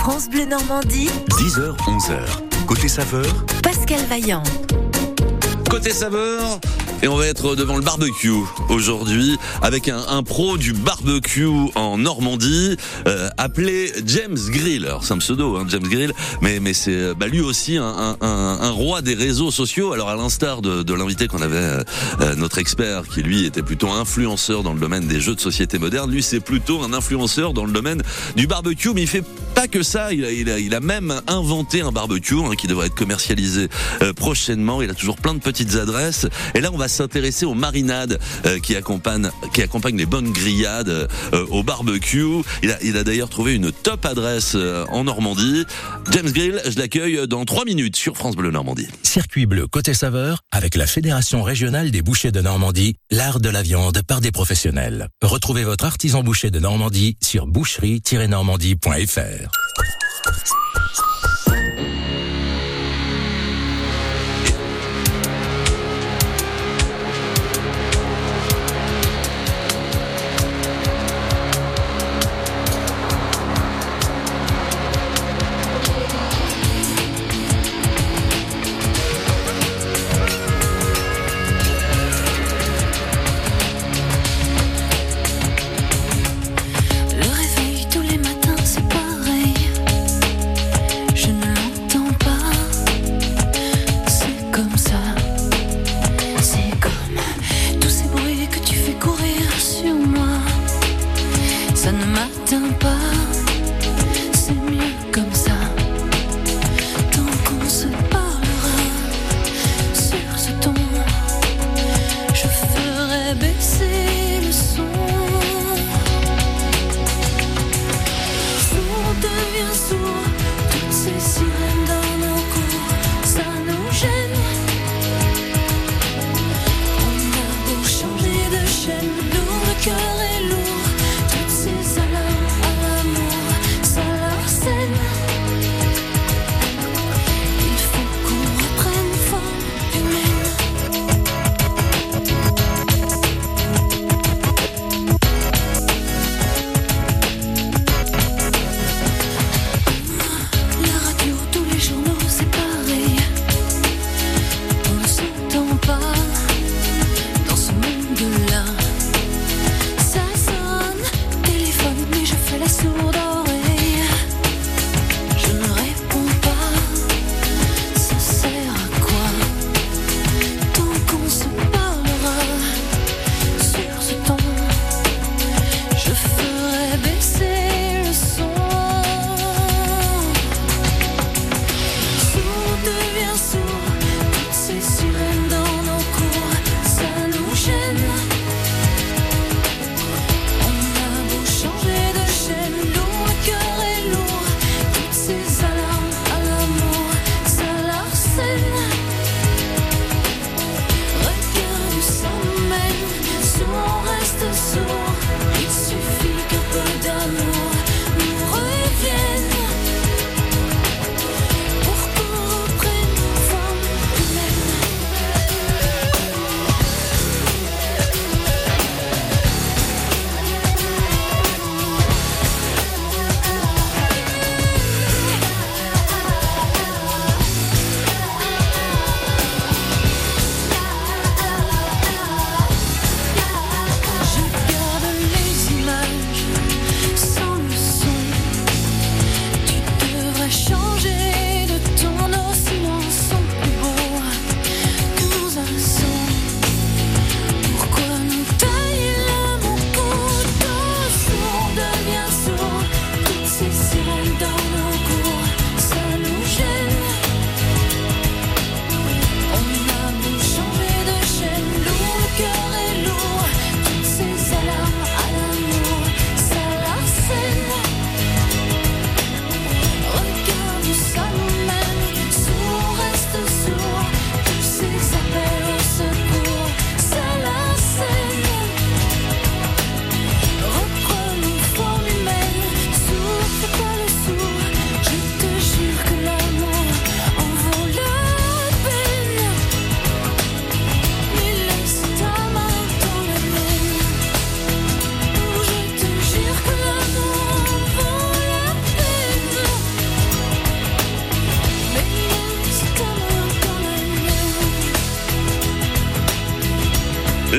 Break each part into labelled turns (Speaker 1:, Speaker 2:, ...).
Speaker 1: France Bleu Normandie,
Speaker 2: 10h-11h. Côté saveur,
Speaker 1: Pascal Vaillant.
Speaker 3: Côté saveur, et on va être devant le barbecue aujourd'hui avec un pro du barbecue en Normandie appelé James Grill. Alors c'est un pseudo, James Grill, mais c'est lui aussi un roi des réseaux sociaux. Alors à l'instar de l'invité qu'on avait, notre expert qui lui était plutôt influenceur dans le domaine des jeux de société modernes, lui c'est plutôt un influenceur dans le domaine du barbecue, mais il fait pas que ça, il a même inventé un barbecue qui devrait être commercialisé prochainement. Il a toujours plein de petites adresses. Et là, on va s'intéresser aux marinades qui accompagnent les bonnes grillades au barbecue. Il a d'ailleurs trouvé une top adresse en Normandie. James Grill, je l'accueille dans 3 minutes sur France Bleu Normandie.
Speaker 4: Circuit bleu côté saveur avec la Fédération régionale des bouchers de Normandie, l'art de la viande par des professionnels. Retrouvez votre artisan boucher de Normandie sur boucherie-normandie.fr.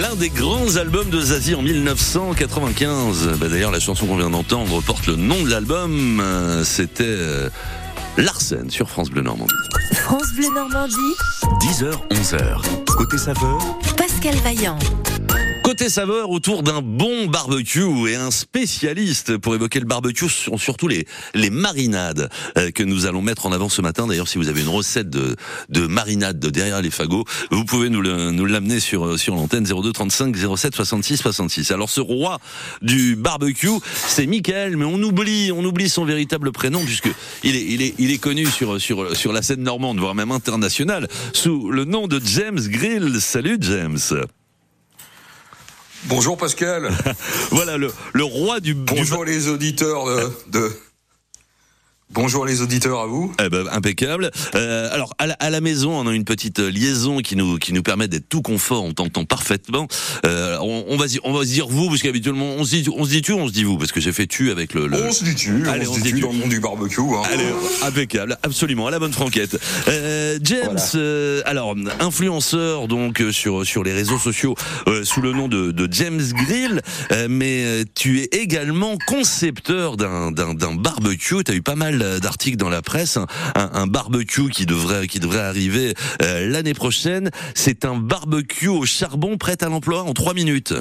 Speaker 3: l'un des grands albums de Zazie en 1995. D'ailleurs, la chanson qu'on vient d'entendre porte le nom de l'album. C'était Larsen sur France Bleu Normandie.
Speaker 1: France Bleu Normandie,
Speaker 2: 10h, 11h. Côté saveur,
Speaker 1: Pascal Vaillant.
Speaker 3: Côté saveur, autour d'un bon barbecue et un spécialiste pour évoquer le barbecue sont surtout les marinades que nous allons mettre en avant ce matin. D'ailleurs, si vous avez une recette de marinade de derrière les fagots, vous pouvez nous l'amener sur l'antenne 02 35 07 66 66. Alors, ce roi du barbecue, c'est Michael, mais on oublie son véritable prénom puisque il est connu sur la scène normande, voire même internationale, sous le nom de James Grill. Salut James.
Speaker 5: Bonjour Pascal.
Speaker 3: Voilà le roi du...
Speaker 5: Bonjour les auditeurs Bonjour les auditeurs à vous.
Speaker 3: Impeccable. Alors à la maison, on a une petite liaison qui nous permet d'être tout confort, on t'entend parfaitement. On va se dire vous parce qu'habituellement on se dit tu, on se dit vous parce que j'ai fait tu avec le...
Speaker 5: On se dit tu, allez, on se dit tu dans le monde du barbecue. Hein.
Speaker 3: Allez, impeccable, absolument, à la bonne franquette. James, voilà. Alors influenceur donc sur les réseaux sociaux sous le nom de James Grill, mais tu es également concepteur d'un barbecue. T'as eu pas mal d'articles dans la presse, un barbecue qui devrait arriver l'année prochaine. C'est un barbecue au charbon prêt à l'emploi en 3 minutes.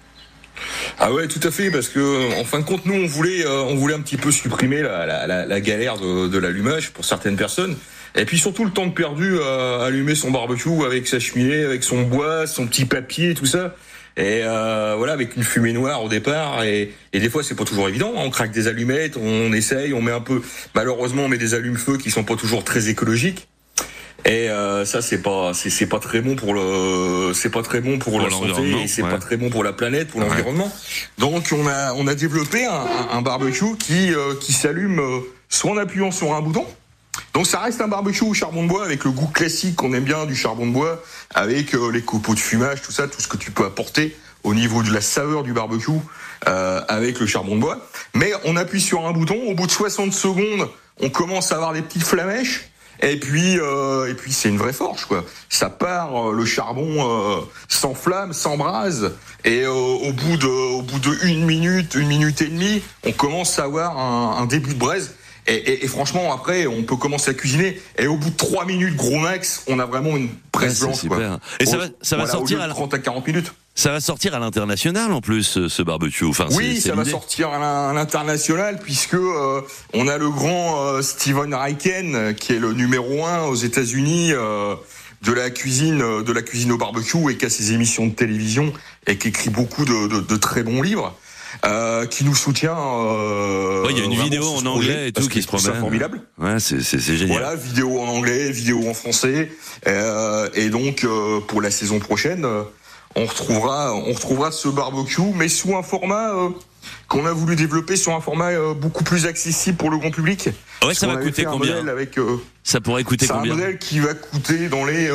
Speaker 5: Ah ouais, tout à fait, parce que en fin de compte, nous on voulait un petit peu supprimer la galère de l'allumage pour certaines personnes. Et puis surtout le temps perdu à allumer son barbecue avec sa cheminée, avec son bois, son petit papier, tout ça. Et voilà, avec une fumée noire au départ, et des fois c'est pas toujours évident. On craque des allumettes, on essaye, on met un peu. Malheureusement, on met des allumes-feu qui sont pas toujours très écologiques. Et ça c'est pas très bon pour la santé, et c'est pas très bon pour la planète, pour l'environnement. Donc on a développé un barbecue qui s'allume soit en appuyant sur un bouton. Donc ça reste un barbecue au charbon de bois avec le goût classique qu'on aime bien du charbon de bois, avec les copeaux de fumage, tout ça, tout ce que tu peux apporter au niveau de la saveur du barbecue avec le charbon de bois. Mais on appuie sur un bouton, au bout de 60 secondes, on commence à avoir des petites flamèches, et puis c'est une vraie forge quoi. Ça part, le charbon s'enflamme, s'embrase, et au bout de 1 minute, 1 minute et demie, on commence à avoir un début de braise. Et franchement, après, on peut commencer à cuisiner. Et au bout de 3 minutes, gros max, on a vraiment une braise blanche.
Speaker 3: Super. Quoi. Et ça va sortir
Speaker 5: à 30 à 40 minutes.
Speaker 3: Ça va sortir à l'international en plus, ce barbecue. Enfin,
Speaker 5: oui,
Speaker 3: ça
Speaker 5: va sortir à l'international puisque on a le grand Steven Ryken qui est le numéro 1 aux États-Unis de la cuisine au barbecue et qui a ses émissions de télévision et qui écrit beaucoup de très bons livres. Qui nous soutient.
Speaker 3: Il y a une vidéo en anglais et tout qui se promène.
Speaker 5: C'est formidable.
Speaker 3: Ouais, c'est génial.
Speaker 5: Voilà, vidéo en anglais, vidéo en français, et donc pour la saison prochaine, on retrouvera ce barbecue, mais sous un format qu'on a voulu développer sur un format beaucoup plus accessible pour le grand public.
Speaker 3: Ouais, ça va coûter combien ça pourrait coûter combien?
Speaker 5: C'est un modèle qui va coûter dans les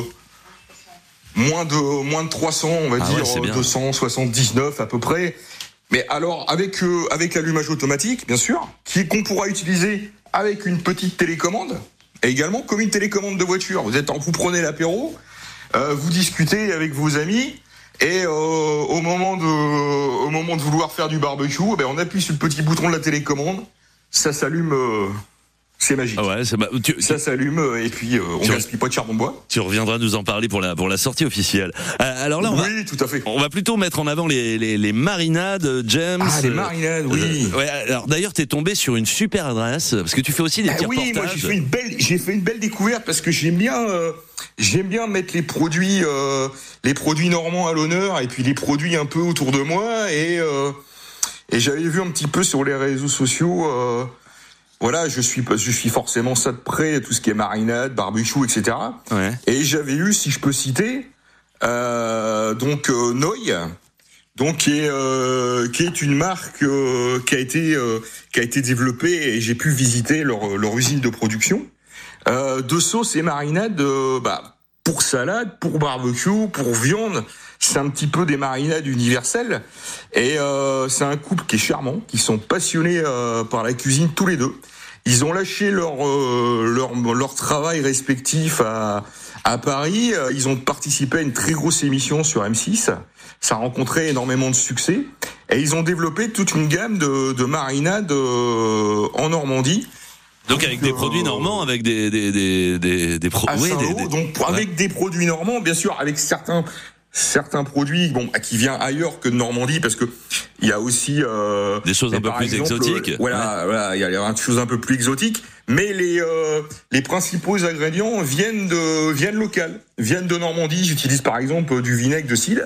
Speaker 5: moins de 300, on va dire 279 à peu près. Mais alors avec l'allumage automatique, bien sûr, qu'on pourra utiliser avec une petite télécommande, et également comme une télécommande de voiture. Vous prenez l'apéro, vous discutez avec vos amis, et au moment de vouloir faire du barbecue, on appuie sur le petit bouton de la télécommande, ça s'allume. C'est magique.
Speaker 3: Ah ouais,
Speaker 5: ça s'allume et puis on gaspille pas de charbon de bois.
Speaker 3: Tu reviendras nous en parler pour la sortie officielle. Alors là,
Speaker 5: tout à fait.
Speaker 3: On va plutôt mettre en avant les marinades, James.
Speaker 5: Ah, les marinades, oui.
Speaker 3: Ouais. Alors d'ailleurs, t'es tombé sur une super adresse parce que tu fais aussi des petits reportages.
Speaker 5: Oui, moi j'ai fait une belle découverte parce que j'aime bien mettre les produits normands à l'honneur et puis les produits un peu autour de moi et j'avais vu un petit peu sur les réseaux sociaux. Voilà, je suis forcément ça de près, tout ce qui est marinade, barbecue, etc. Ouais. Et j'avais eu, si je peux citer, Noy, donc qui est une marque qui a été développée et j'ai pu visiter leur usine de production de sauces et marinades pour salade, pour barbecue, pour viande. C'est un petit peu des marinades universelles et c'est un couple qui est charmant, qui sont passionnés par la cuisine tous les deux. Ils ont lâché leur travail respectif à Paris. Ils ont participé à une très grosse émission sur M6. Ça a rencontré énormément de succès. Et ils ont développé toute une gamme de marinades en Normandie.
Speaker 3: Donc avec des produits normands, avec des produits.
Speaker 5: Avec des produits normands, bien sûr, avec certains produits qui viennent ailleurs que de Normandie, parce que il y a aussi
Speaker 3: des choses un peu plus exotiques.
Speaker 5: Voilà, il y a des choses un peu plus exotiques, mais les principaux ingrédients viennent local, viennent de Normandie. Ils utilisent par exemple du vinaigre de cidre.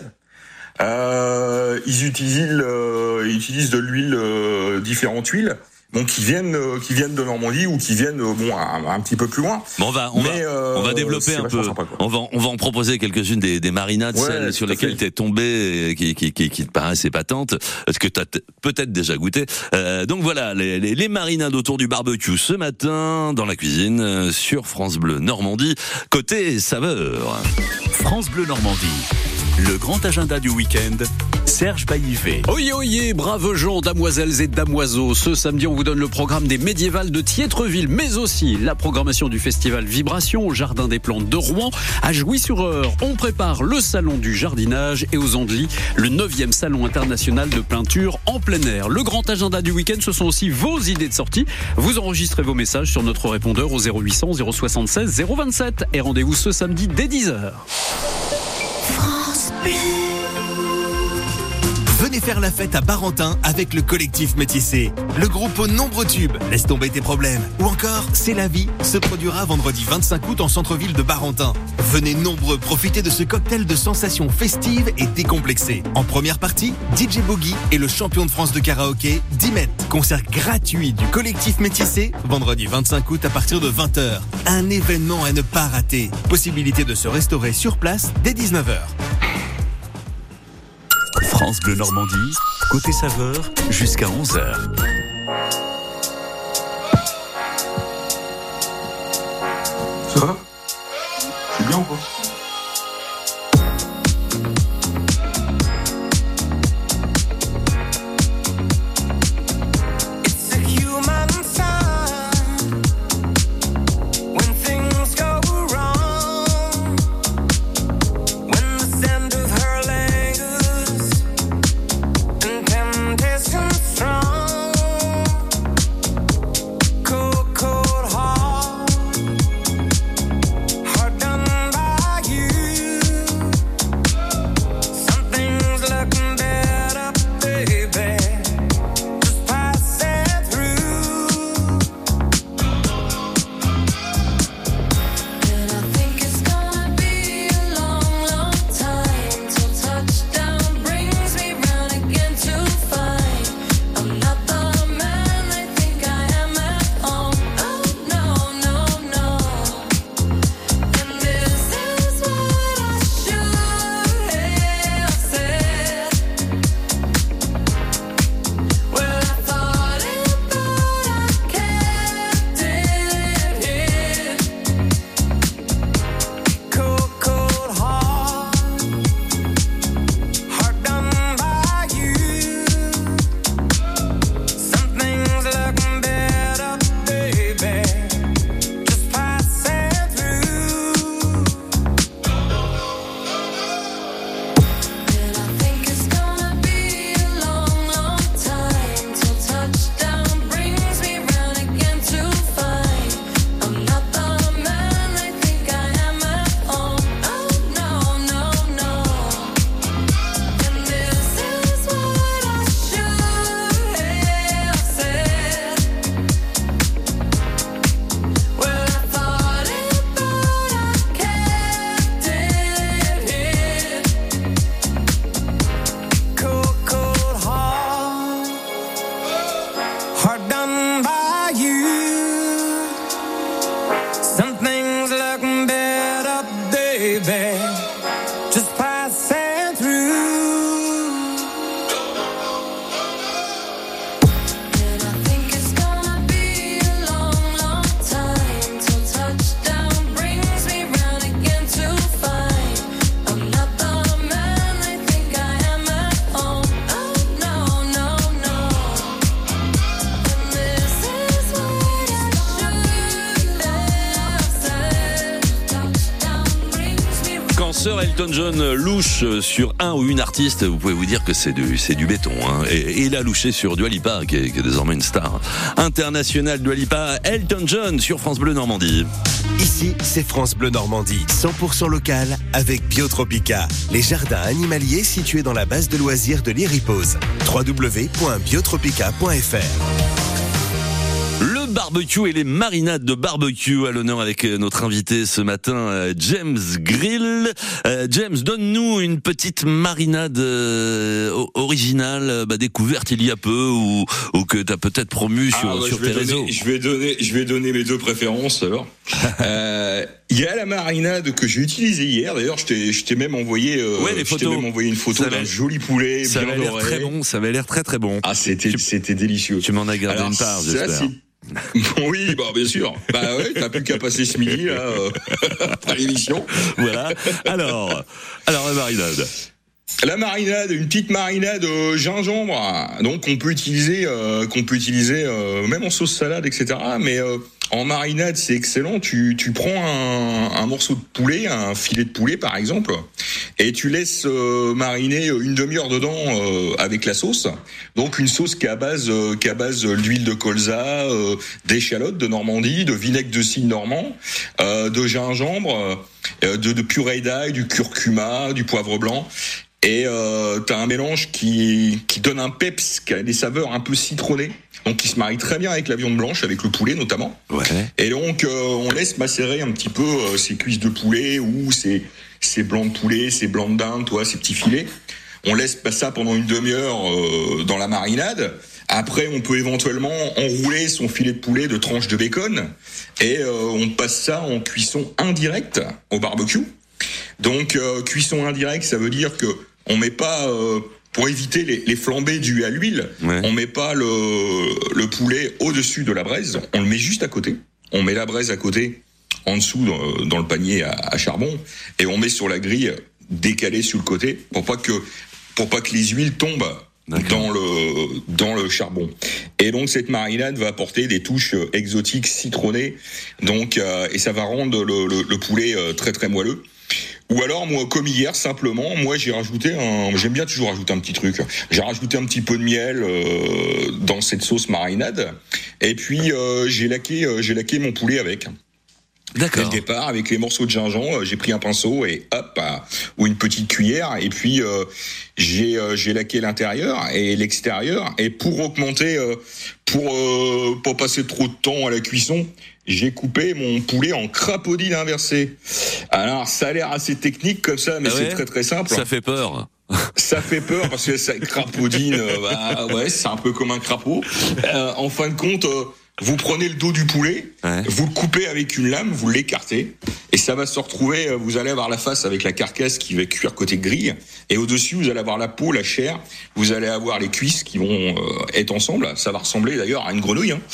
Speaker 5: Ils utilisent de l'huile, différentes huiles. Donc qui viennent de Normandie ou qui viennent un petit peu plus loin.
Speaker 3: Bon, on va développer un peu. Sympa, on va en proposer quelques-unes des marinades, celles sur lesquelles t'es tombé et qui te paraissent épatantes, ce que t'as peut-être déjà goûté. Donc voilà, les marinades autour du barbecue ce matin dans la cuisine sur France Bleu Normandie, côté saveur.
Speaker 2: France Bleu Normandie. Le grand agenda du week-end, Serge Baillivet.
Speaker 6: Oyez, oyez, braves gens, damoiselles et damoiseaux. Ce samedi, on vous donne le programme des médiévales de Thiétreville, mais aussi la programmation du festival Vibration au Jardin des Plantes de Rouen. À Jouy-sur-Eure, on prépare le salon du jardinage et aux Andelys, le 9e salon international de peinture en plein air. Le grand agenda du week-end, ce sont aussi vos idées de sortie. Vous enregistrez vos messages sur notre répondeur au 0800 076 027 et rendez-vous ce samedi dès 10h.
Speaker 7: Venez faire la fête à Barentin avec le collectif Métissé. Le groupe aux nombreux tubes, laisse tomber tes problèmes. Ou encore, C'est la vie, se produira vendredi 25 août en centre-ville de Barentin. Venez nombreux profiter de ce cocktail de sensations festives et décomplexées. En première partie, DJ Boogie et le champion de France de karaoké, Dimet. Concert gratuit du collectif Métissé, vendredi 25 août à partir de 20h. Un événement à ne pas rater. Possibilité de se restaurer sur place dès 19h.
Speaker 2: France Bleu Normandie, côté saveur, jusqu'à 11h.
Speaker 5: Ça va ? C'est bien ou pas ?
Speaker 3: danseur Elton John louche sur un ou une artiste, vous pouvez vous dire que c'est du béton. Hein. Et il a louché sur Dua Lipa, qui est désormais une star internationale. Dua Lipa, Elton John sur France Bleu Normandie.
Speaker 7: Ici, c'est France Bleu Normandie, 100% local avec Biotropica, les jardins animaliers situés dans la base de loisirs de l'Iripose. www.biotropica.fr.
Speaker 3: Le barbecue et les marinades de barbecue à l'honneur avec notre invité ce matin, James Grill. James, donne-nous une petite marinade originale, découverte il y a peu ou que tu as peut-être promu sur tes réseaux.
Speaker 5: Je vais donner mes deux préférences alors. Il y a la marinade que j'ai utilisée hier. D'ailleurs, je t'ai même envoyé
Speaker 3: les photos.
Speaker 5: Je t'ai même envoyé une photo d'un joli poulet
Speaker 3: ça
Speaker 5: bien
Speaker 3: avait l'air
Speaker 5: doré.
Speaker 3: très bon, ça avait l'air très très bon.
Speaker 5: Ah, c'était délicieux.
Speaker 3: Tu m'en as gardé une part, j'espère.
Speaker 5: Oui, bien sûr. Ouais, t'as plus qu'à passer ce midi là à l'émission.
Speaker 3: Voilà. Alors la marinade.
Speaker 5: La marinade, une petite marinade gingembre, donc qu'on peut utiliser même en sauce salade, etc. Mais en marinade, c'est excellent. Tu prends un morceau de poulet, un filet de poulet par exemple, et tu laisses mariner une demi-heure dedans avec la sauce. Donc une sauce qui est à base d'huile de colza, d'échalotes de Normandie, de vinaigre de cidre normand, de gingembre, de purée d'ail, du curcuma, du poivre blanc. Et t'as un mélange qui donne un peps, qui a des saveurs un peu citronnées, donc qui se marie très bien avec la viande blanche, avec le poulet notamment.
Speaker 3: Ouais.
Speaker 5: Et donc on laisse macérer un petit peu ces cuisses de poulet ou ces blancs de poulet, ces blancs de dinde, ces petits filets. On laisse ça pendant une demi-heure dans la marinade. Après, on peut éventuellement enrouler son filet de poulet de tranches de bacon et on passe ça en cuisson indirecte au barbecue. Donc cuisson indirecte, ça veut dire que on met pas pour éviter les flambées dues à l'huile, on met pas le poulet au-dessus de la braise, on le met juste à côté. On met la braise à côté, en dessous dans le panier à charbon, et on met sur la grille décalée sur le côté pour pas que les huiles tombent dans le charbon. Et donc cette marinade va apporter des touches exotiques citronnées, donc et ça va rendre le poulet très très moelleux. Ou alors moi, comme hier, simplement, moi j'aime bien toujours rajouter un petit truc. J'ai rajouté un petit peu de miel dans cette sauce marinade, et puis j'ai laqué mon poulet avec. D'accord. Dès le départ, avec les morceaux de gingembre, j'ai pris un pinceau et hop, ou une petite cuillère, et puis j'ai laqué l'intérieur et l'extérieur. Et pour augmenter, pour pas passer trop de temps à la cuisson, j'ai coupé mon poulet en crapaudine inversée. Alors ça a l'air assez technique comme ça, mais c'est très très simple.
Speaker 3: Ça fait peur.
Speaker 5: Ça fait peur parce que ça crapaudine, c'est un peu comme un crapaud. En fin de compte, vous prenez le dos du poulet, vous le coupez avec une lame, vous l'écartez, et ça va se retrouver, vous allez avoir la face avec la carcasse qui va cuire côté grille, et au-dessus, vous allez avoir la peau, la chair, vous allez avoir les cuisses qui vont être ensemble, ça va ressembler d'ailleurs à une grenouille, hein.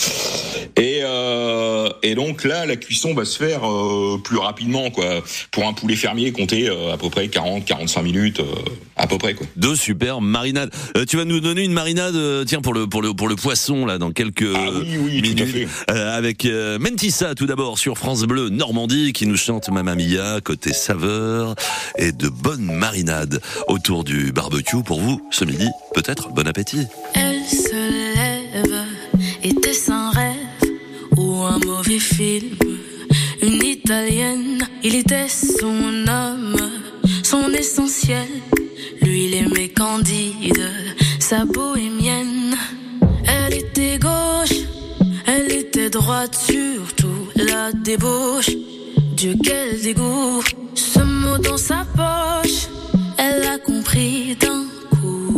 Speaker 5: Et donc là, la cuisson va se faire plus rapidement, quoi. Pour un poulet fermier, comptez à peu près 40-45 minutes, à peu près, quoi.
Speaker 3: Deux super marinades. Tu vas nous donner une marinade, tiens, pour le poisson, là, dans quelques minutes. Tout à fait. Avec Mentissa, tout d'abord, sur France Bleu Normandie, qui nous chante Mamma Mia, côté saveur et de bonnes marinades autour du barbecue pour vous, ce midi. Peut-être, bon appétit.
Speaker 8: Elle se lève, était-ce un rêve ou un mauvais film? Une Italienne, il était son homme, son essentiel. Lui, il aimait Candide, sa bohémienne. Elle était gauche, elle était droite, surtout la débauche. Dieu, quel dégoût, ce mot dans sa poche, elle a compris d'un coup.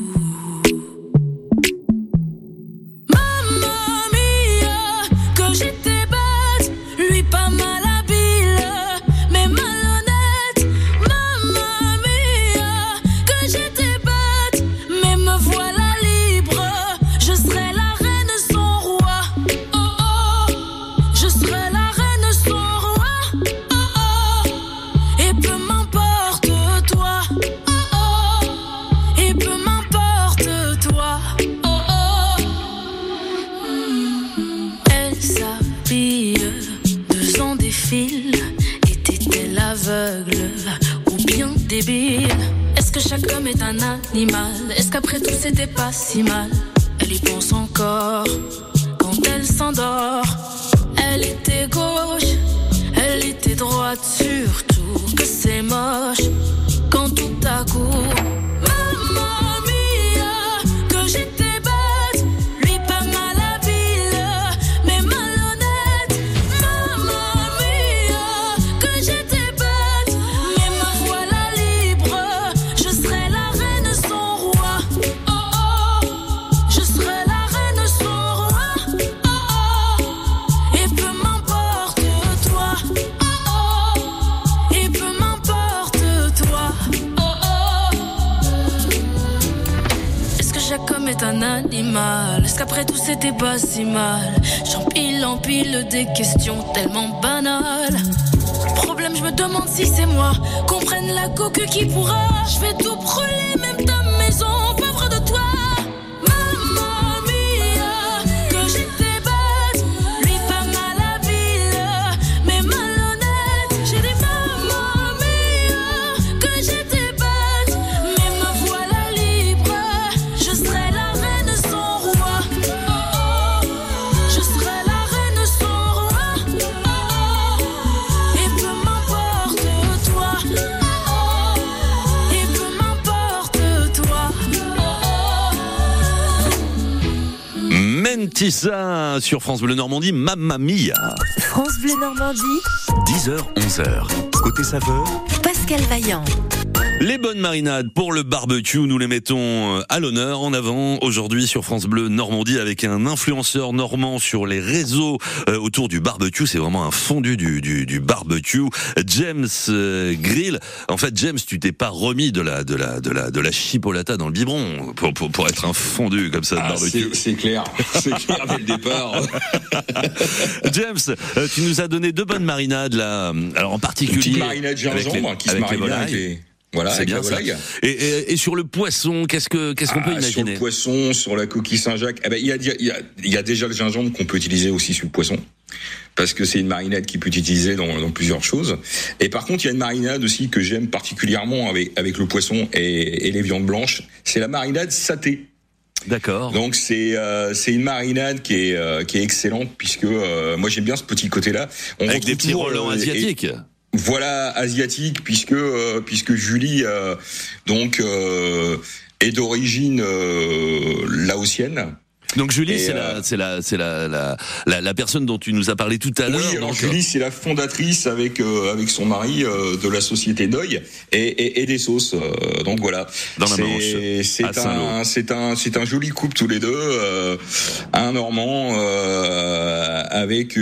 Speaker 8: Mamma mia, que j'étais bête, lui pas mal habile, mais malhonnête. Mamma mia, que j'étais bête, mais me voilà libre, je serai la reine son roi. Oh oh, je serai la reine son roi. Oh oh, et peu m'importe toi. Oh oh. débile. Est-ce que chaque homme est un animal? Est-ce qu'après tout c'était pas si mal? Elle y pense encore quand elle s'endort. Elle était gauche, elle était droite, surtout que c'est moche quand tout à coup, mamma mia, que j'étais bête, lui pas mal habile, mais malhonnête. Mamma mia, que j'étais bête, mais me voilà libre. Je serai la reine son roi. Oh oh, je serai la reine son roi. Oh oh, et peu m'importe toi. Oh oh, et peu m'importe toi. Oh oh. Est-ce que chaque homme est un animal? Est-ce qu'après tout c'était pas si mal? J'empile en pile des questions tellement banales. Problème, je me demande si c'est moi. Qu'on prenne la coque qui pourra. Je vais tout brûler, même ta maison, pauvre de toi. Mamma mia, que j'étais bête, lui pas mal habile, mais malhonnête. J'ai dit mamma mia, que j'étais bête, mais me voilà libre. Je serai la reine son roi. Oh oh, je serai la reine son roi. Oh oh, et peu m'importe toi. Oh oh, et peu m'importe toi. Oh oh.
Speaker 3: Mentissa sur France Bleu Normandie, Mamma Mia.
Speaker 1: France Bleu Normandie,
Speaker 2: 10h, 11h. Côté saveur,
Speaker 1: Pascal Vaillant.
Speaker 3: Les bonnes marinades pour le barbecue, nous les mettons à l'honneur, en avant, aujourd'hui sur France Bleu Normandie, avec un influenceur normand sur les réseaux autour du barbecue. C'est vraiment un fondu du barbecue. James Grill. En fait, James, tu t'es pas remis de la chipolata dans le biberon pour être un fondu comme ça de barbecue.
Speaker 5: C'est clair. C'est clair dès le départ.
Speaker 3: James, tu nous as donné 2 bonnes marinades là. Alors en particulier,
Speaker 5: Une petite marinade gingembre qui se marie bien avec les... Voilà,
Speaker 3: c'est bien ça. Et sur le poisson, qu'est-ce qu'on peut imaginer?
Speaker 5: Sur le poisson, sur la coquille Saint-Jacques, il y a déjà le gingembre qu'on peut utiliser aussi sur le poisson, parce que c'est une marinade qui peut être utilisée dans plusieurs choses. Et par contre, il y a une marinade aussi que j'aime particulièrement avec le poisson et les viandes blanches, c'est la marinade saté.
Speaker 3: D'accord.
Speaker 5: Donc c'est une marinade qui est excellente, puisque moi j'aime bien ce petit côté-là.
Speaker 3: Avec des petits relents asiatiques.
Speaker 5: Voilà, asiatique, puisque Julie est d'origine laotienne.
Speaker 3: Donc Julie, c'est la personne dont tu nous as parlé tout à l'heure.
Speaker 5: Oui, alors Julie, c'est la fondatrice avec son mari de la société Noy et des sauces. Donc voilà.
Speaker 3: Dans la Manche.
Speaker 5: C'est un joli couple tous les deux, un Normand avec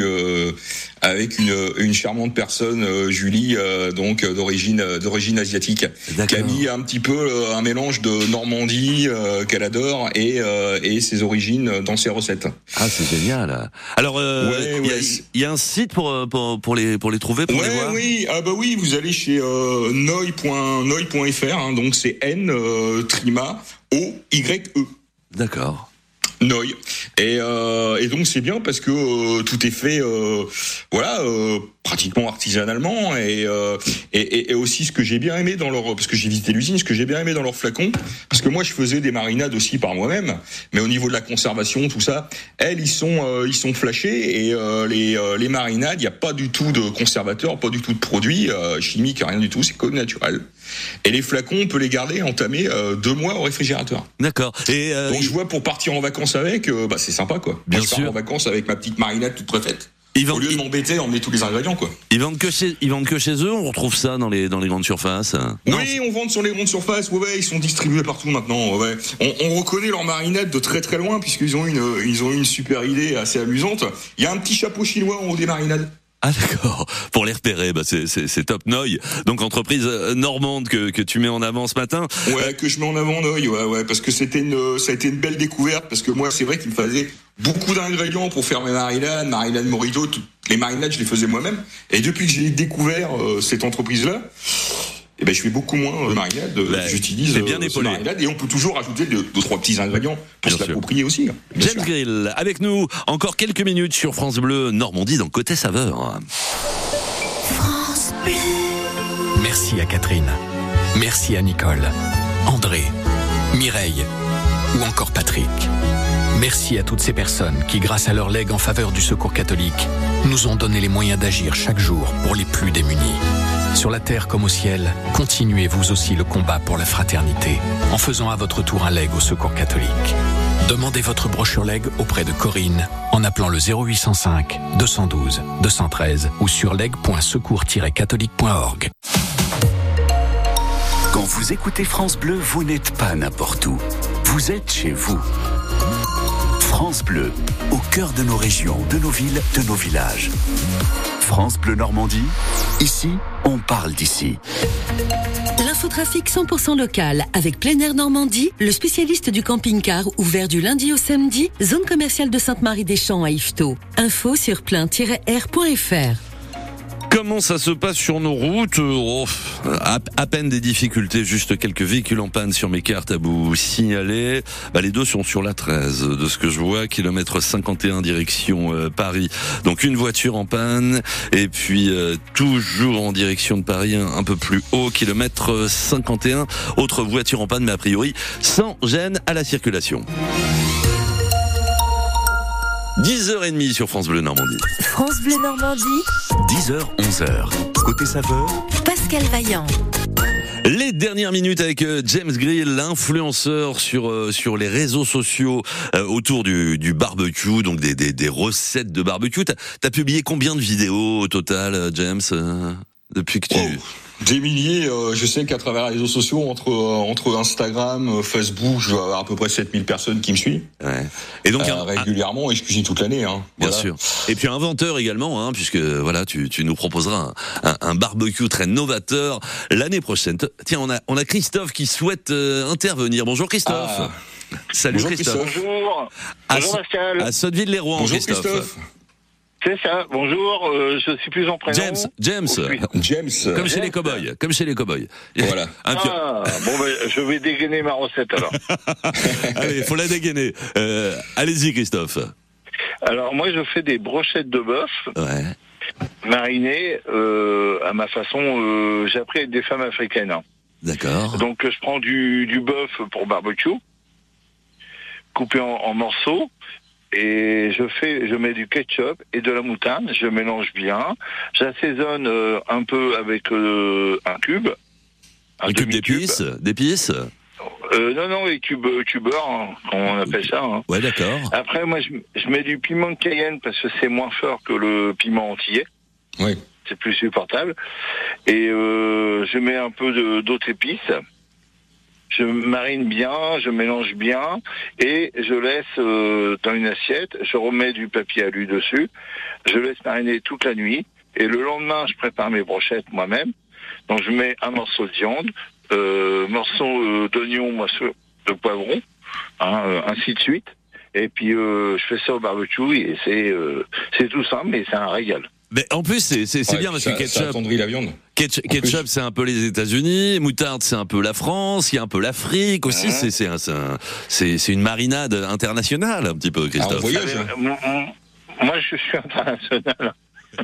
Speaker 5: une charmante personne, Julie, donc d'origine asiatique, qui a mis un petit peu un mélange de Normandie qu'elle adore et ses origines dans ses recettes.
Speaker 3: Ah, c'est génial. Alors il y a un site pour les trouver, pour les voir.
Speaker 5: Oui, oui, vous allez chez noy.fr, hein, donc c'est N Trima OYE.
Speaker 3: D'accord.
Speaker 5: Noy. Et donc c'est bien parce que tout est fait pratiquement artisanalement et aussi ce que j'ai bien aimé dans leur, parce que j'ai visité l'usine, ce que j'ai bien aimé dans leurs flacons, parce que moi je faisais des marinades aussi par moi-même, mais au niveau de la conservation, tout ça, ils sont flashés et les marinades, il y a pas du tout de conservateur, pas du tout de produits chimiques, rien du tout, c'est que naturel. Et les flacons, on peut les garder entamés 2 mois au réfrigérateur.
Speaker 3: D'accord. Et
Speaker 5: donc je vois, pour partir en vacances avec, c'est sympa quoi.
Speaker 3: Bien
Speaker 5: moi, je pars en vacances avec ma petite marinade toute préfaite. Au lieu de m'embêter, emmener tous les ingrédients quoi.
Speaker 3: Ils vendent que chez eux, on retrouve ça dans les grandes surfaces.
Speaker 5: Oui, on vend sur les grandes surfaces. Ouais, ils sont distribués partout maintenant. Ouais. On reconnaît leur marinade de très très loin, puisqu'ils ont une super idée assez amusante. Il y a un petit chapeau chinois en haut des marinades.
Speaker 3: Ah d'accord, pour les repérer, c'est top. Noy, donc entreprise normande que tu mets en avant ce matin.
Speaker 5: Ouais, que je mets en avant Noy, ouais, parce que ça a été une belle découverte, parce que moi c'est vrai qu'il me fallait beaucoup d'ingrédients pour faire mes marinades Morito, toutes les marinades je les faisais moi-même, et depuis que j'ai découvert cette entreprise-là, je fais beaucoup moins de marinade, j'utilise
Speaker 3: bien épaulé.
Speaker 5: Marinade, et on peut toujours ajouter 2-3 petits ingrédients pour se l'approprier aussi.
Speaker 3: James Grill, avec nous, encore quelques minutes sur France Bleu Normandie dans Côté Saveur.
Speaker 1: France Bleu.
Speaker 4: Merci à Catherine.
Speaker 9: Merci à Nicole, André, Mireille ou encore Patrick. Merci à toutes ces personnes qui, grâce à leur legs en faveur du Secours catholique, nous ont donné les moyens d'agir chaque jour pour les plus démunis. Sur la terre comme au ciel, continuez vous aussi le combat pour la fraternité en faisant à votre tour un leg au Secours catholique. Demandez votre brochure leg auprès de Corinne en appelant le 0805 212 213 ou sur leg.secours-catholique.org.
Speaker 2: Quand vous écoutez France Bleu, vous n'êtes pas n'importe où. Vous êtes chez vous. France Bleu, au cœur de nos régions, de nos villes, de nos villages. France Bleu Normandie, ici, on parle d'ici.
Speaker 1: L'infotrafic 100% local avec Plein Air Normandie, le spécialiste du camping-car ouvert du lundi au samedi, zone commerciale de Sainte-Marie-des-Champs à Yvetot. Info sur plein-air.fr.
Speaker 3: Comment ça se passe sur nos routes? À peine des difficultés, juste quelques véhicules en panne sur mes cartes à vous signaler. Les deux sont sur la 13, de ce que je vois, kilomètre 51 direction Paris. Donc une voiture en panne, et puis toujours en direction de Paris, un peu plus haut, kilomètre 51. Autre voiture en panne, mais a priori sans gêne à la circulation. 10h30 sur France Bleu Normandie.
Speaker 1: France Bleu Normandie,
Speaker 2: 10h, 11h. Côté saveur,
Speaker 1: Pascal Vaillant.
Speaker 3: Les dernières minutes avec James Grill, l'influenceur sur les réseaux sociaux autour du barbecue, donc des recettes de barbecue. T'as publié combien de vidéos au total, James, depuis que tu...
Speaker 5: Des milliers, je sais qu'à travers les réseaux sociaux, entre Instagram, Facebook, je dois avoir à peu près 7000 personnes qui me suivent.
Speaker 3: Ouais. Et donc
Speaker 5: régulièrement, et je cuisine toute l'année.
Speaker 3: Bien sûr. Et puis inventeur également, puisque voilà, tu nous proposeras un barbecue très novateur l'année prochaine. Tiens, on a Christophe qui souhaite intervenir. Bonjour Christophe. Salut. Bonjour Christophe.
Speaker 10: Bonjour. Bonjour Pascal.
Speaker 3: À Sotteville-les-Rouen.
Speaker 5: Bonjour Christophe.
Speaker 10: C'est ça, bonjour, je suis plus en prénom.
Speaker 3: James. Comme chez les cow-boys.
Speaker 5: Voilà.
Speaker 10: Je vais dégainer ma recette alors.
Speaker 3: Allez, faut la dégainer. Allez-y Christophe.
Speaker 10: Alors moi je fais des brochettes de bœuf.
Speaker 3: Ouais.
Speaker 10: Marinées à ma façon, j'ai appris avec des femmes africaines.
Speaker 3: D'accord.
Speaker 10: Donc je prends du bœuf pour barbecue, coupé en morceaux. Et je mets du ketchup et de la moutarde, je mélange bien, j'assaisonne un peu avec un cube.
Speaker 3: Un cube d'épices?
Speaker 10: Non, les cubeurs, on appelle ça.
Speaker 3: Ouais, d'accord.
Speaker 10: Après, moi, je mets du piment de Cayenne parce que c'est moins fort que le piment entier.
Speaker 5: Oui.
Speaker 10: C'est plus supportable. Et je mets un peu d'autres épices. Je marine bien, je mélange bien et je laisse dans une assiette, je remets du papier alu dessus, je laisse mariner toute la nuit et le lendemain je prépare mes brochettes moi-même. Donc je mets un morceau de viande, morceau d'oignon, morceau de poivron, ainsi de suite. Et puis je fais ça au barbecue et c'est tout simple mais c'est un régal.
Speaker 3: Mais en plus c'est bien parce que ketchup,
Speaker 5: ça attendrit la viande.
Speaker 3: Ketchup c'est un peu les États-Unis, moutarde c'est un peu la France, il y a un peu l'Afrique aussi. C'est une marinade internationale un petit peu, Christophe.
Speaker 5: Voyage.
Speaker 10: Moi je suis international.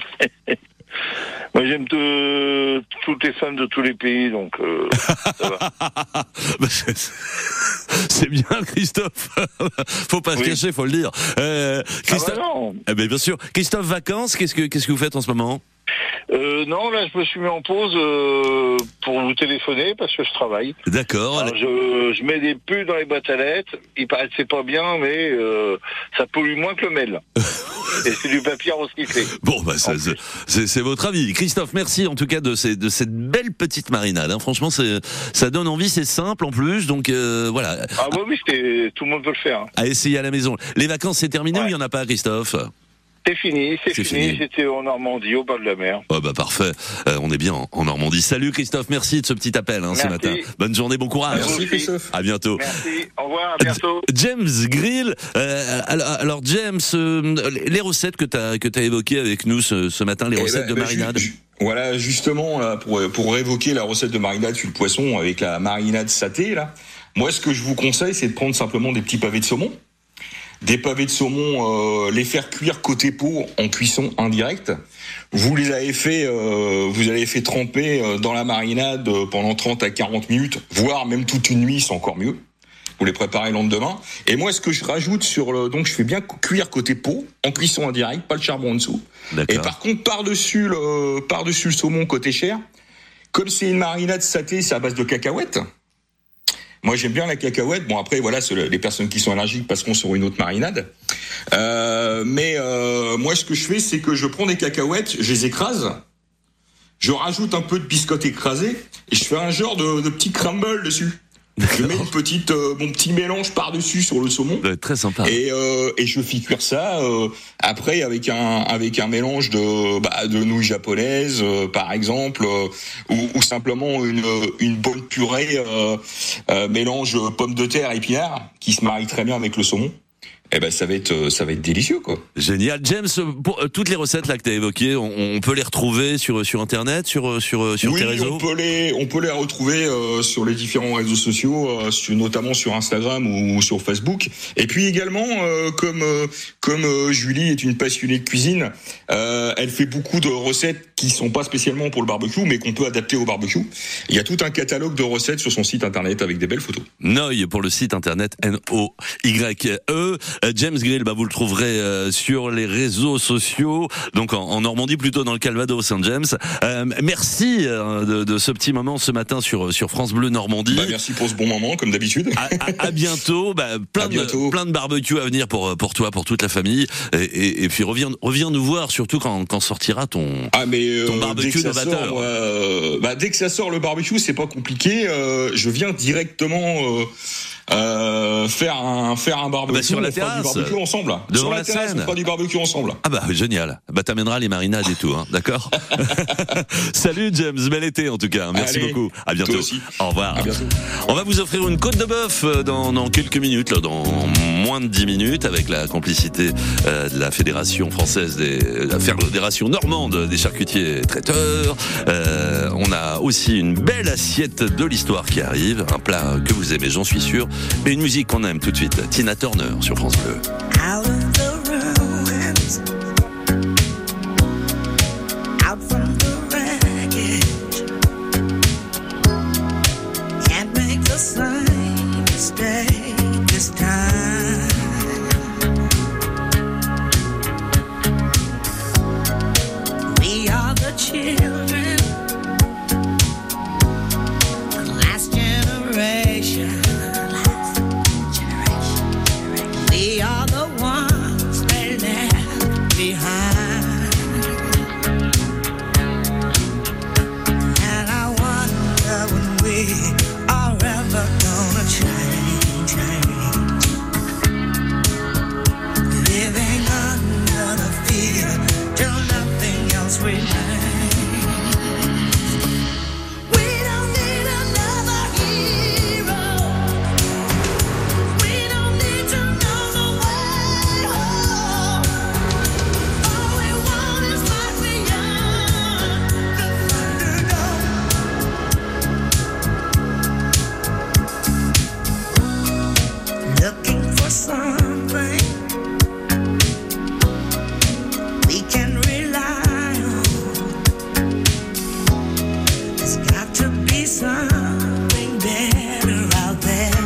Speaker 10: Moi j'aime toutes les femmes de tous les pays, donc ça va.
Speaker 3: C'est bien Christophe. Faut pas se cacher, faut le dire. Christophe, bien sûr. Christophe, vacances, qu'est-ce que vous faites en ce moment?
Speaker 10: Non, là je me suis mis en pause pour vous téléphoner parce que je travaille.
Speaker 3: D'accord.
Speaker 10: Alors, je mets des pulls dans les boîtes à lettres. Il paraît que c'est pas bien, mais ça pollue moins que le mail. Et c'est du papier recyclé.
Speaker 3: Bon, c'est votre avis. Christophe, merci en tout cas de cette belle petite marinade. Franchement, ça donne envie, c'est simple en plus, donc voilà.
Speaker 10: Ah oui, tout le monde peut le faire.
Speaker 3: À essayer à la maison. Les vacances, c'est terminé ou il y en a pas, Christophe?
Speaker 10: C'est fini. J'étais en Normandie, au bord de la mer.
Speaker 3: Oh parfait. On est bien en Normandie. Salut Christophe, merci de ce petit appel ce matin. Bonne journée, bon courage.
Speaker 5: Merci Christophe.
Speaker 3: À bientôt.
Speaker 10: Merci. Au revoir, à bientôt.
Speaker 3: James Grill. Alors James, les recettes que t'as évoquées avec nous ce matin, les recettes de marinade.
Speaker 5: Voilà, justement, là, pour évoquer la recette de marinade sur le poisson avec la marinade saté, là. Moi, ce que je vous conseille, c'est de prendre simplement des petits pavés de saumon. des pavés de saumon, les faire cuire côté peau en cuisson indirecte. Vous avez fait tremper dans la marinade pendant 30 à 40 minutes, voire même toute une nuit, c'est encore mieux. Vous les préparez le lendemain. Et moi, ce que je rajoute donc je fais bien cuire côté peau, en cuisson indirecte, pas le charbon en dessous.
Speaker 3: D'accord.
Speaker 5: Et par contre, par-dessus le saumon côté chair, comme c'est une marinade saté, c'est à base de cacahuètes. Moi, j'aime bien la cacahuète. Bon, après, voilà, les personnes qui sont allergiques passeront sur une autre marinade. Mais moi, ce que je fais, c'est que je prends des cacahuètes, je les écrase, je rajoute un peu de biscotte écrasée, et je fais un genre de petit crumble dessus. Je mets mon petit mélange par-dessus sur le saumon.
Speaker 3: Très sympa.
Speaker 5: Et je fais cuire ça après avec un mélange de nouilles japonaises par exemple, ou simplement une bonne purée mélange pommes de terre et épinards qui se marie très bien avec le saumon. Eh ben ça va être délicieux quoi.
Speaker 3: Génial. James, pour toutes les recettes là que tu as évoquées, on peut les retrouver sur internet, sur tes réseaux.
Speaker 5: Oui, on peut les retrouver sur les différents réseaux sociaux, notamment sur Instagram ou sur Facebook. Et puis également comme Julie est une passionnée de cuisine, elle fait beaucoup de recettes qui sont pas spécialement pour le barbecue mais qu'on peut adapter au barbecue. Il y a tout un catalogue de recettes sur son site internet avec des belles photos.
Speaker 3: Noye pour le site internet Noye. James Grill, vous le trouverez sur les réseaux sociaux, donc en Normandie, plutôt dans le Calvados, James. Merci de ce petit moment ce matin sur France Bleu Normandie.
Speaker 5: Merci pour ce bon moment, comme d'habitude.
Speaker 3: À bientôt. Plein de barbecue à venir pour toi, pour toute la famille. Et puis reviens nous voir, surtout quand sortira ton barbecue novateur.
Speaker 5: Dès que ça sort le barbecue, c'est pas compliqué. Je viens directement faire un barbecue.
Speaker 3: Sur la terrasse,
Speaker 5: du barbecue ensemble.
Speaker 3: Devant la scène.
Speaker 5: On fera du barbecue ensemble.
Speaker 3: Génial. T'amèneras les marinades et tout, d'accord. Salut James, bel été en tout cas. Merci beaucoup. À bientôt.
Speaker 5: Toi aussi.
Speaker 3: Au revoir.
Speaker 5: À bientôt.
Speaker 3: On va vous offrir une côte de bœuf dans quelques minutes, dans moins de 10 minutes, avec la complicité de la Fédération française la Fédération normande des charcutiers traiteurs. On a aussi une belle assiette de l'histoire qui arrive, un plat que vous aimez, j'en suis sûr. Mais une musique qu'on aime tout de suite, Tina Turner sur France Bleu.
Speaker 11: Out of the ruins, out from the wreckage, can't make the same mistake this time. We are the children, the last generation. We are the ones they left behind. And I wonder when we are ever gonna change. Living under the fear till nothing else remains. Something we can rely on. There's got to be something better out there.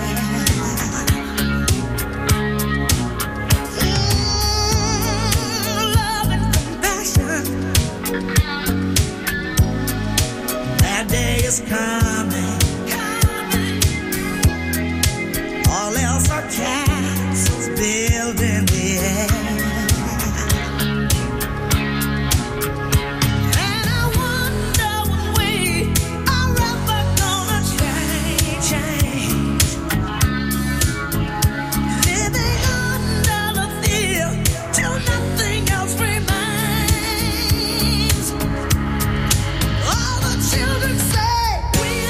Speaker 11: Love and compassion. That day is coming. All else are castles built in the air. And I wonder when we are ever gonna change. Living under the fear till nothing else remains. All the children say we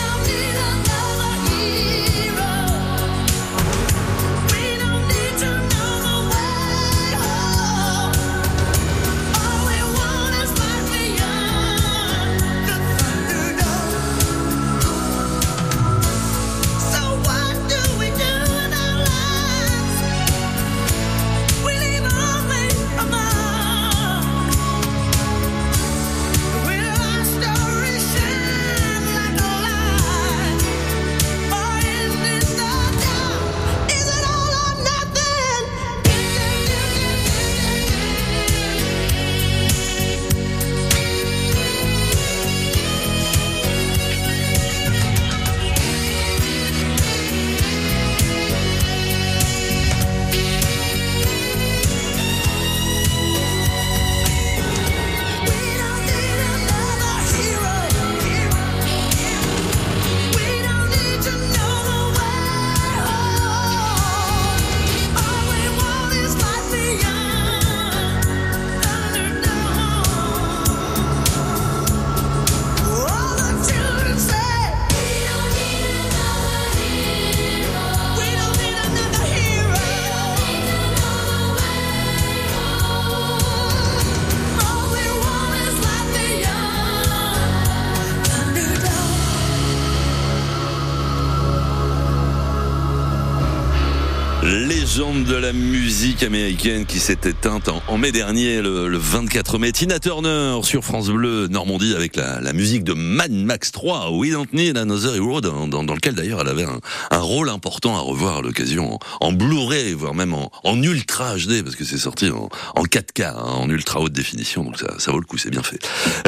Speaker 3: légende de la musique américaine qui s'est éteinte en mai dernier, le 24 mai. Tina Turner sur France Bleu Normandie avec la musique de Mad Max 3, We Don't Need Another Hero, dans lequel d'ailleurs elle avait un rôle important à revoir à l'occasion en Blu-ray, voire même en Ultra HD, parce que c'est sorti en 4K, en ultra haute définition, donc ça vaut le coup, c'est bien fait.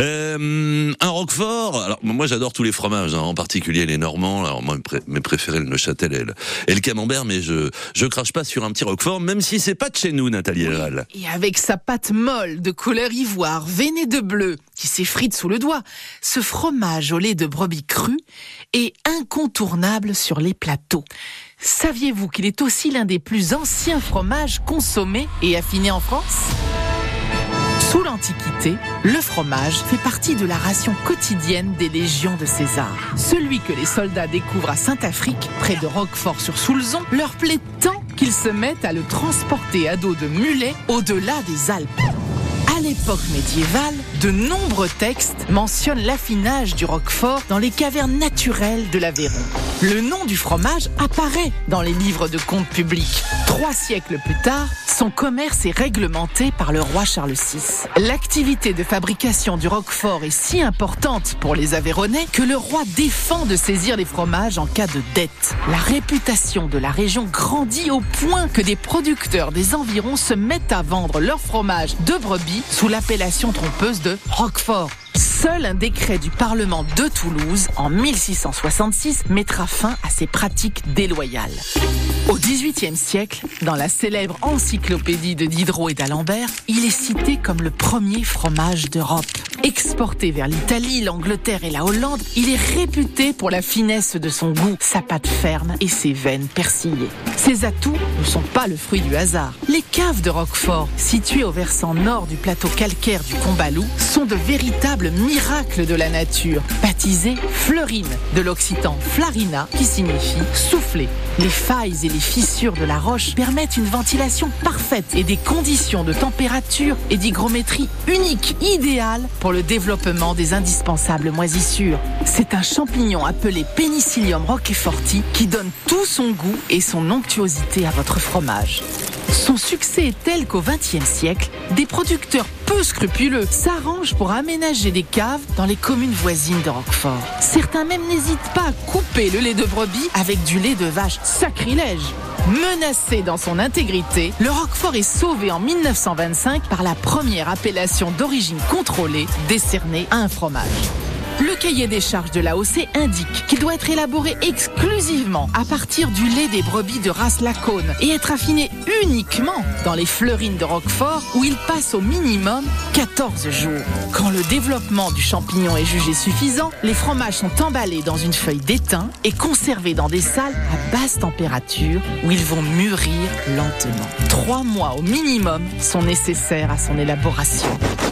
Speaker 3: Un Roquefort, alors moi j'adore tous les fromages, en particulier les Normands. Alors moi mes préférés, le Neuchâtel et le Camembert, mais je crache pas sur un petit Roquefort, même si c'est pas de chez nous, Nathalie Elval.
Speaker 12: Et avec sa pâte molle de couleur ivoire, veinée de bleu, qui s'effrite sous le doigt, ce fromage au lait de brebis cru est incontournable sur les plateaux. Saviez-vous qu'il est aussi l'un des plus anciens fromages consommés et affinés en France ? Sous l'Antiquité, le fromage fait partie de la ration quotidienne des légions de César. Celui que les soldats découvrent à Saint-Affrique, près de Roquefort-sur-Soulzon, leur plaît tant qu'ils se mettent à le transporter à dos de mulets au-delà des Alpes. À l'époque médiévale, de nombreux textes mentionnent l'affinage du Roquefort dans les cavernes naturelles de l'Aveyron. Le nom du fromage apparaît dans les livres de comptes publics. 3 siècles plus tard, son commerce est réglementé par le roi Charles VI. L'activité de fabrication du Roquefort est si importante pour les Aveyronnais que le roi défend de saisir les fromages en cas de dette. La réputation de la région grandit au point que des producteurs des environs se mettent à vendre leur fromage de brebis sous l'appellation trompeuse de Roquefort. Seul un décret du Parlement de Toulouse, en 1666, mettra fin à ces pratiques déloyales. Au XVIIIe siècle, dans la célèbre encyclopédie de Diderot et d'Alembert, il est cité comme le premier fromage d'Europe. Exporté vers l'Italie, l'Angleterre et la Hollande, il est réputé pour la finesse de son goût, sa pâte ferme et ses veines persillées. Ces atouts ne sont pas le fruit du hasard. Les caves de Roquefort, situées au versant nord du plateau calcaire du Combalou, sont de véritables miracles de la nature, baptisées fleurines, de l'occitan flarina, qui signifie souffler. Les failles et les fissures de la roche permettent une ventilation parfaite et des conditions de température et d'hygrométrie uniques, idéales pour le développement des indispensables moisissures. C'est un champignon appelé Penicillium roqueforti qui donne tout son goût et son onctuosité à votre fromage. Son succès est tel qu'au XXe siècle, des producteurs peu scrupuleux s'arrangent pour aménager des caves dans les communes voisines de Roquefort. Certains même n'hésitent pas à couper le lait de brebis avec du lait de vache. Sacrilège! Menacé dans son intégrité, le Roquefort est sauvé en 1925 par la première appellation d'origine contrôlée décernée à un fromage. Le cahier des charges de l'AOC indique qu'il doit être élaboré exclusivement à partir du lait des brebis de race Lacaune et être affiné uniquement dans les fleurines de Roquefort où il passe au minimum 14 jours. Quand le développement du champignon est jugé suffisant, les fromages sont emballés dans une feuille d'étain et conservés dans des salles à basse température où ils vont mûrir lentement. 3 mois au minimum sont nécessaires à son élaboration.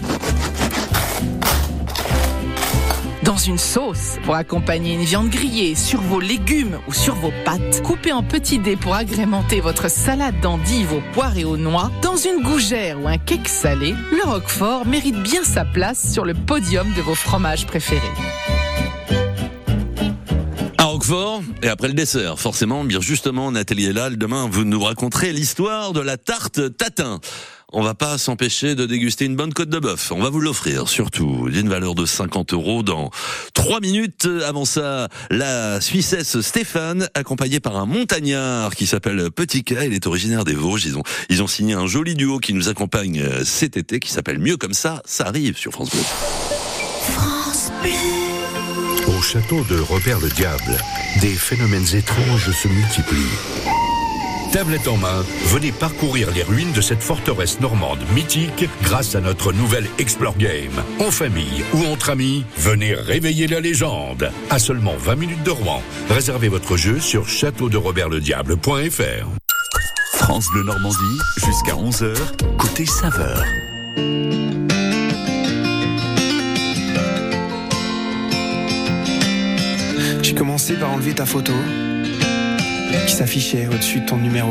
Speaker 12: Dans une sauce, pour accompagner une viande grillée, sur vos légumes ou sur vos pâtes, coupez en petits dés pour agrémenter votre salade d'endives aux poires et aux noix, dans une gougère ou un cake salé, le Roquefort mérite bien sa place sur le podium de vos fromages préférés.
Speaker 3: À Roquefort, et après le dessert, forcément, bien justement, Nathalie Elval, demain, vous nous raconterez l'histoire de la tarte tatin. On va pas s'empêcher de déguster une bonne côte de bœuf. On va vous l'offrir, surtout, d'une valeur de 50 € dans 3 minutes. Avant ça, la Suissesse Stéphane, accompagnée par un montagnard qui s'appelle Petit K. Il est originaire des Vosges. Ils ont signé un joli duo qui nous accompagne cet été, qui s'appelle Mieux comme ça arrive sur France Bleu.
Speaker 13: France Bleu. Au château de Robert le Diable, des phénomènes étranges se multiplient. Tablette en main, venez parcourir les ruines de cette forteresse normande mythique grâce à notre nouvelle Explore Game. En famille ou entre amis, venez réveiller la légende. À seulement 20 minutes de Rouen. Réservez votre jeu sur châteauderobertlediable.fr.
Speaker 2: France Bleu Normandie, jusqu'à 11h, côté saveur.
Speaker 14: J'ai commencé par enlever ta photo qui s'affichait au-dessus de ton numéro,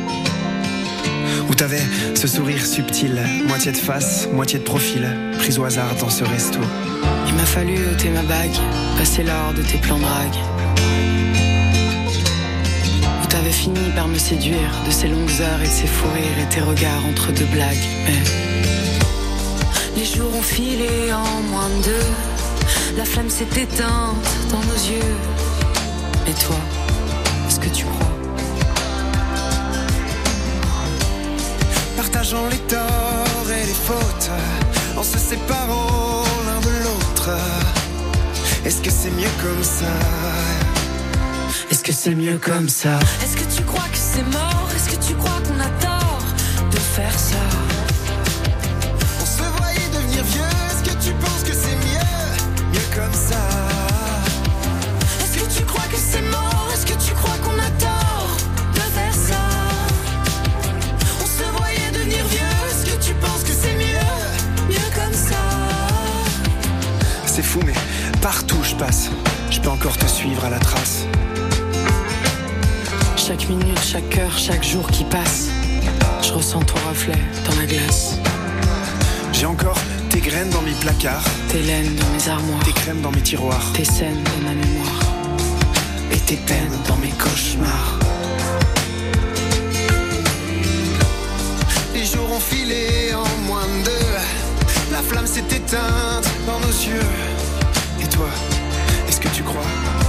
Speaker 14: où t'avais ce sourire subtil, moitié de face, moitié de profil, prise au hasard dans ce resto.
Speaker 15: Il m'a fallu ôter ma bague, passer l'heure de tes plans drague, où t'avais fini par me séduire, de ces longues heures et de ces fous rires et tes regards entre deux blagues. Mais les jours ont filé en moins de 2, la flamme s'est éteinte dans nos yeux. Et toi, est-ce que tu crois?
Speaker 14: Partageant les torts et les fautes, en se séparant l'un de l'autre. Est-ce que c'est mieux comme ça? Est-ce que c'est mieux comme ça?
Speaker 8: Est-ce que tu crois que c'est mort? Est-ce que tu crois qu'on a tort de faire ça?
Speaker 14: On se voyait devenir vieux. Est-ce que tu penses que c'est mieux comme ça?
Speaker 8: Est-ce que tu crois que c'est mort? Est-ce que tu crois qu'on a tort de faire ça? On se voyait devenir vieux. Est-ce que tu penses que c'est mieux comme ça?
Speaker 14: C'est fou, mais partout où je passe, je peux encore te suivre à la trace.
Speaker 15: Chaque minute, chaque heure, chaque jour qui passe, je ressens ton reflet dans la glace.
Speaker 14: J'ai encore tes graines dans mes placards,
Speaker 15: tes laines dans mes armoires,
Speaker 14: tes crèmes dans mes tiroirs,
Speaker 15: tes scènes dans ma mémoire,
Speaker 14: et tes peines dans mes cauchemars. Les jours ont filé en moins de 2, la flamme s'est éteinte dans nos yeux. Et toi, est-ce que tu crois?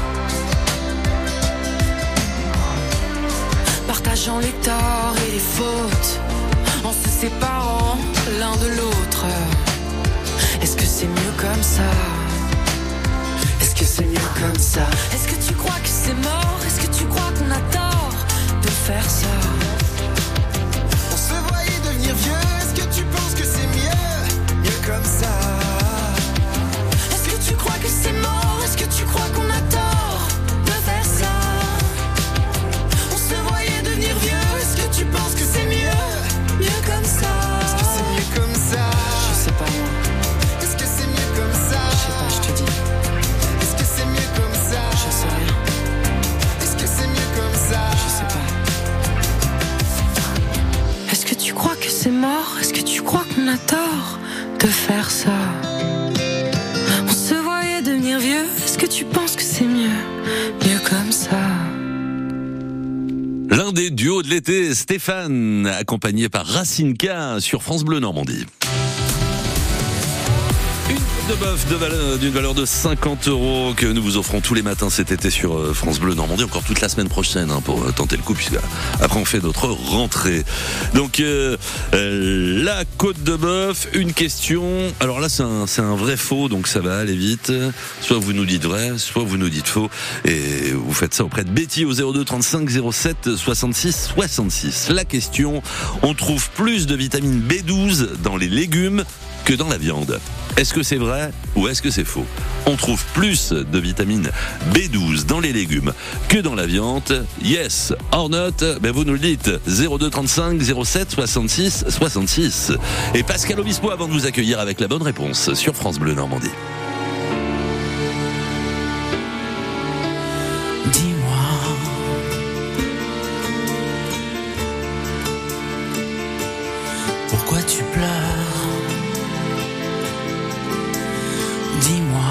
Speaker 8: Partageant les torts et les fautes, en se séparant l'un de l'autre. Est-ce que c'est mieux comme ça?
Speaker 14: Est-ce que c'est mieux comme ça?
Speaker 8: Est-ce que tu crois que c'est mort? Est-ce que tu crois qu'on a tort de faire ça?
Speaker 14: On se voyait devenir vieux. Est-ce que tu penses que c'est mieux comme ça?
Speaker 8: Est-ce que tu crois que c'est mort? Est-ce que tu crois qu'on a tort de faire ça? On se voyait devenir vieux. Est-ce que tu penses que c'est mieux comme ça?
Speaker 14: Est-ce que c'est mieux comme ça?
Speaker 15: Je sais pas moi.
Speaker 14: Est-ce que c'est mieux comme ça?
Speaker 15: Je sais pas, je te dis.
Speaker 14: Est-ce que c'est mieux comme ça?
Speaker 15: Je sais rien.
Speaker 14: Est-ce que c'est mieux comme ça?
Speaker 15: Je sais pas.
Speaker 8: Est-ce que tu crois que c'est mort? Est-ce que tu crois qu'on a tort de faire ça? On se voyait devenir vieux. Est-ce que tu penses que c'est mieux comme ça?
Speaker 3: L'un des duos de l'été, Stéphane, accompagné par Racinka sur France Bleu Normandie. Une côte de bœuf d'une valeur de 50 € que nous vous offrons tous les matins cet été sur France Bleu Normandie, encore toute la semaine prochaine pour tenter le coup, puisque après on fait notre rentrée. Donc la côte de bœuf, une question. Alors là c'est un vrai faux, donc ça va aller vite. Soit vous nous dites vrai, soit vous nous dites faux, et vous faites ça auprès de Betty au 02 35 07 66 66. La question: on trouve plus de vitamine B12 dans les légumes que dans la viande. Est-ce que c'est vrai ou est-ce que c'est faux? On trouve plus de vitamine B12 dans les légumes que dans la viande. Yes or not? Ben vous nous le dites. 02 35 07 66 66. Et Pascal Obispo avant de vous accueillir avec la bonne réponse sur France Bleu Normandie.
Speaker 11: Dis-moi, pourquoi tu pleures? Dis-moi,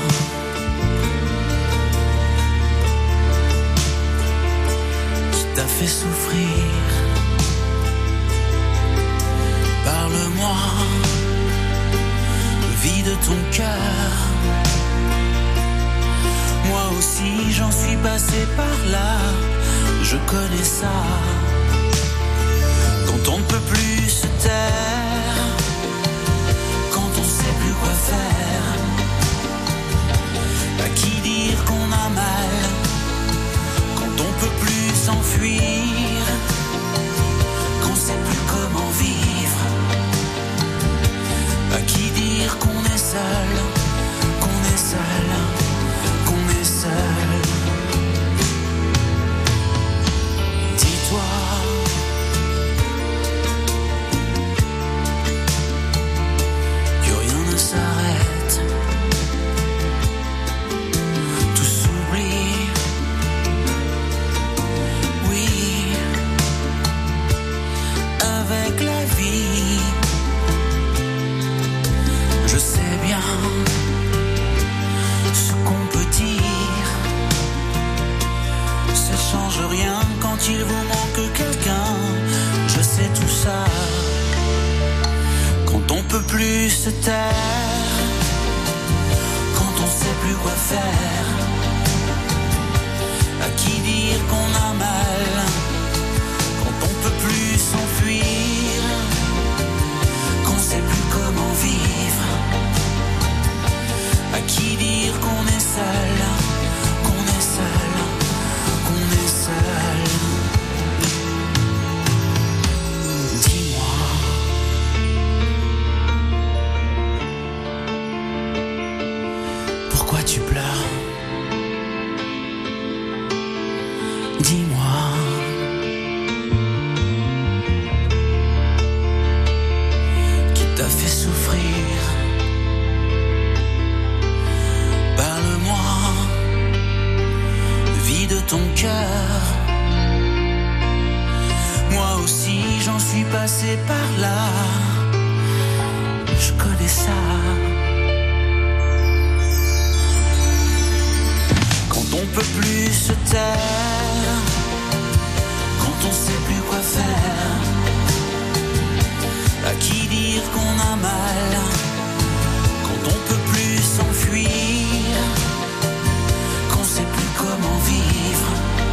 Speaker 11: qui t'a fait souffrir? Parle-moi, vide ton cœur. Moi aussi j'en suis passé par là, je connais ça. Quand on ne peut plus se taire, quand on sait plus quoi faire, à qui dire qu'on a mal, quand on peut plus s'enfuir, qu'on sait plus comment vivre, à qui dire qu'on est seul, qu'on est seul, qu'on est seul. Dis-toi, que rien ne s'arrête, tout s'oublie. Oui, avec la vie, je sais bien ce qu'on peut dire. Ça change rien quand qu'il vous manque quelqu'un, je sais tout ça. Quand on peut plus se taire, quand on sait plus quoi faire, à qui dire qu'on a mal, quand on peut plus s'enfuir, qu'on sait plus comment vivre, à qui dire qu'on est seul, qu'on est seul, qu'on est seul. Dis-moi, pourquoi tu pleures? Dis-moi, qui t'a fait souffrir? Parle-moi, vide ton cœur. Moi aussi j'en suis passé par là, je connais ça. Quand on peut plus se taire, quand on sait plus quoi faire, à qui dire qu'on a mal, quand on peut plus s'enfuir, qu'on sait plus comment vivre,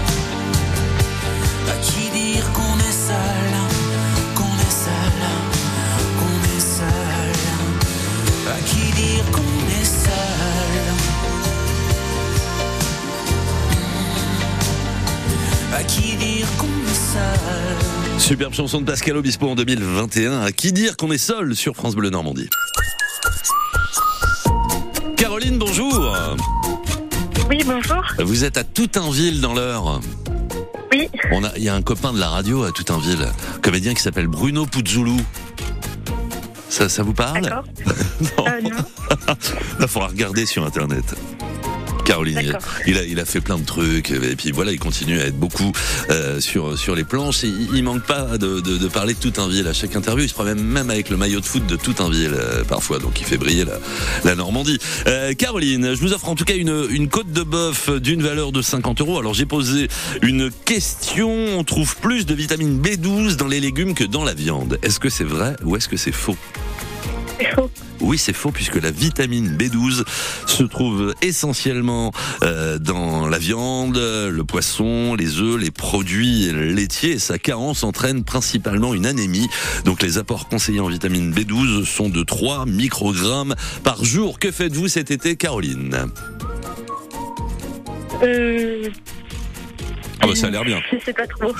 Speaker 11: à qui dire qu'on est seul, qu'on est seul, qu'on est seul, à qui dire qu'on est seul, à qui dire qu'on est seul.
Speaker 3: Superbe chanson de Pascal Obispo en 2021. À qui dire qu'on est seul sur France Bleu Normandie. Caroline, bonjour.
Speaker 16: Oui, bonjour.
Speaker 3: Vous êtes à Toutainville dans l'Eure.
Speaker 16: Oui.
Speaker 3: Il y a un copain de la radio à Toutainville, comédien qui s'appelle Bruno Puzzoulou. Ça vous parle?
Speaker 16: D'accord.
Speaker 3: Non. Il faudra regarder sur Internet. Caroline, il a fait plein de trucs et puis voilà, il continue à être beaucoup sur les planches et il manque pas de parler de Toutainville à chaque interview. Il se promène même avec le maillot de foot de Toutainville parfois, donc il fait briller la Normandie. Caroline, je vous offre en tout cas une côte de bœuf d'une valeur de 50 €. Alors j'ai posé une question, on trouve plus de vitamine B12 dans les légumes que dans la viande. Est-ce que c'est vrai ou est-ce que c'est faux?
Speaker 16: C'est faux.
Speaker 3: Oui, c'est faux puisque la vitamine B12 se trouve essentiellement dans la viande, le poisson, les œufs, les produits laitiers et sa carence entraîne principalement une anémie. Donc les apports conseillés en vitamine B12 sont de 3 microgrammes par jour. Que faites-vous cet été, Caroline? Ah bah ça a l'air bien.
Speaker 16: Je sais pas trop.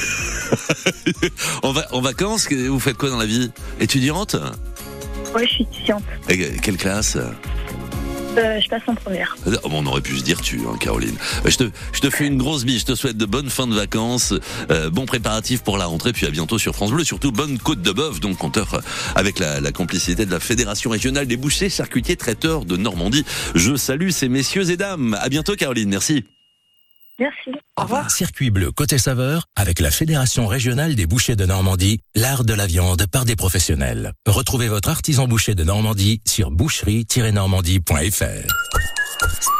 Speaker 3: En vacances, vous faites quoi dans la vie? Étudiante?
Speaker 16: Ouais, je suis étudiante.
Speaker 3: Et quelle classe?
Speaker 16: Je passe en première.
Speaker 3: On aurait pu se dire Caroline. Je te fais une grosse bise, je te souhaite de bonnes fins de vacances, bons préparatifs pour la rentrée, puis à bientôt sur France Bleu, surtout bonne côte de bœuf, donc qu'on t'offre avec la complicité de la Fédération Régionale des Bouchers, Charcutiers, Traiteurs de Normandie. Je salue ces messieurs et dames. À bientôt Caroline, merci.
Speaker 16: Merci. Au revoir.
Speaker 4: Circuit bleu côté saveur avec la Fédération Régionale des Bouchers de Normandie, l'art de la viande par des professionnels. Retrouvez votre artisan boucher de Normandie sur boucherie-normandie.fr.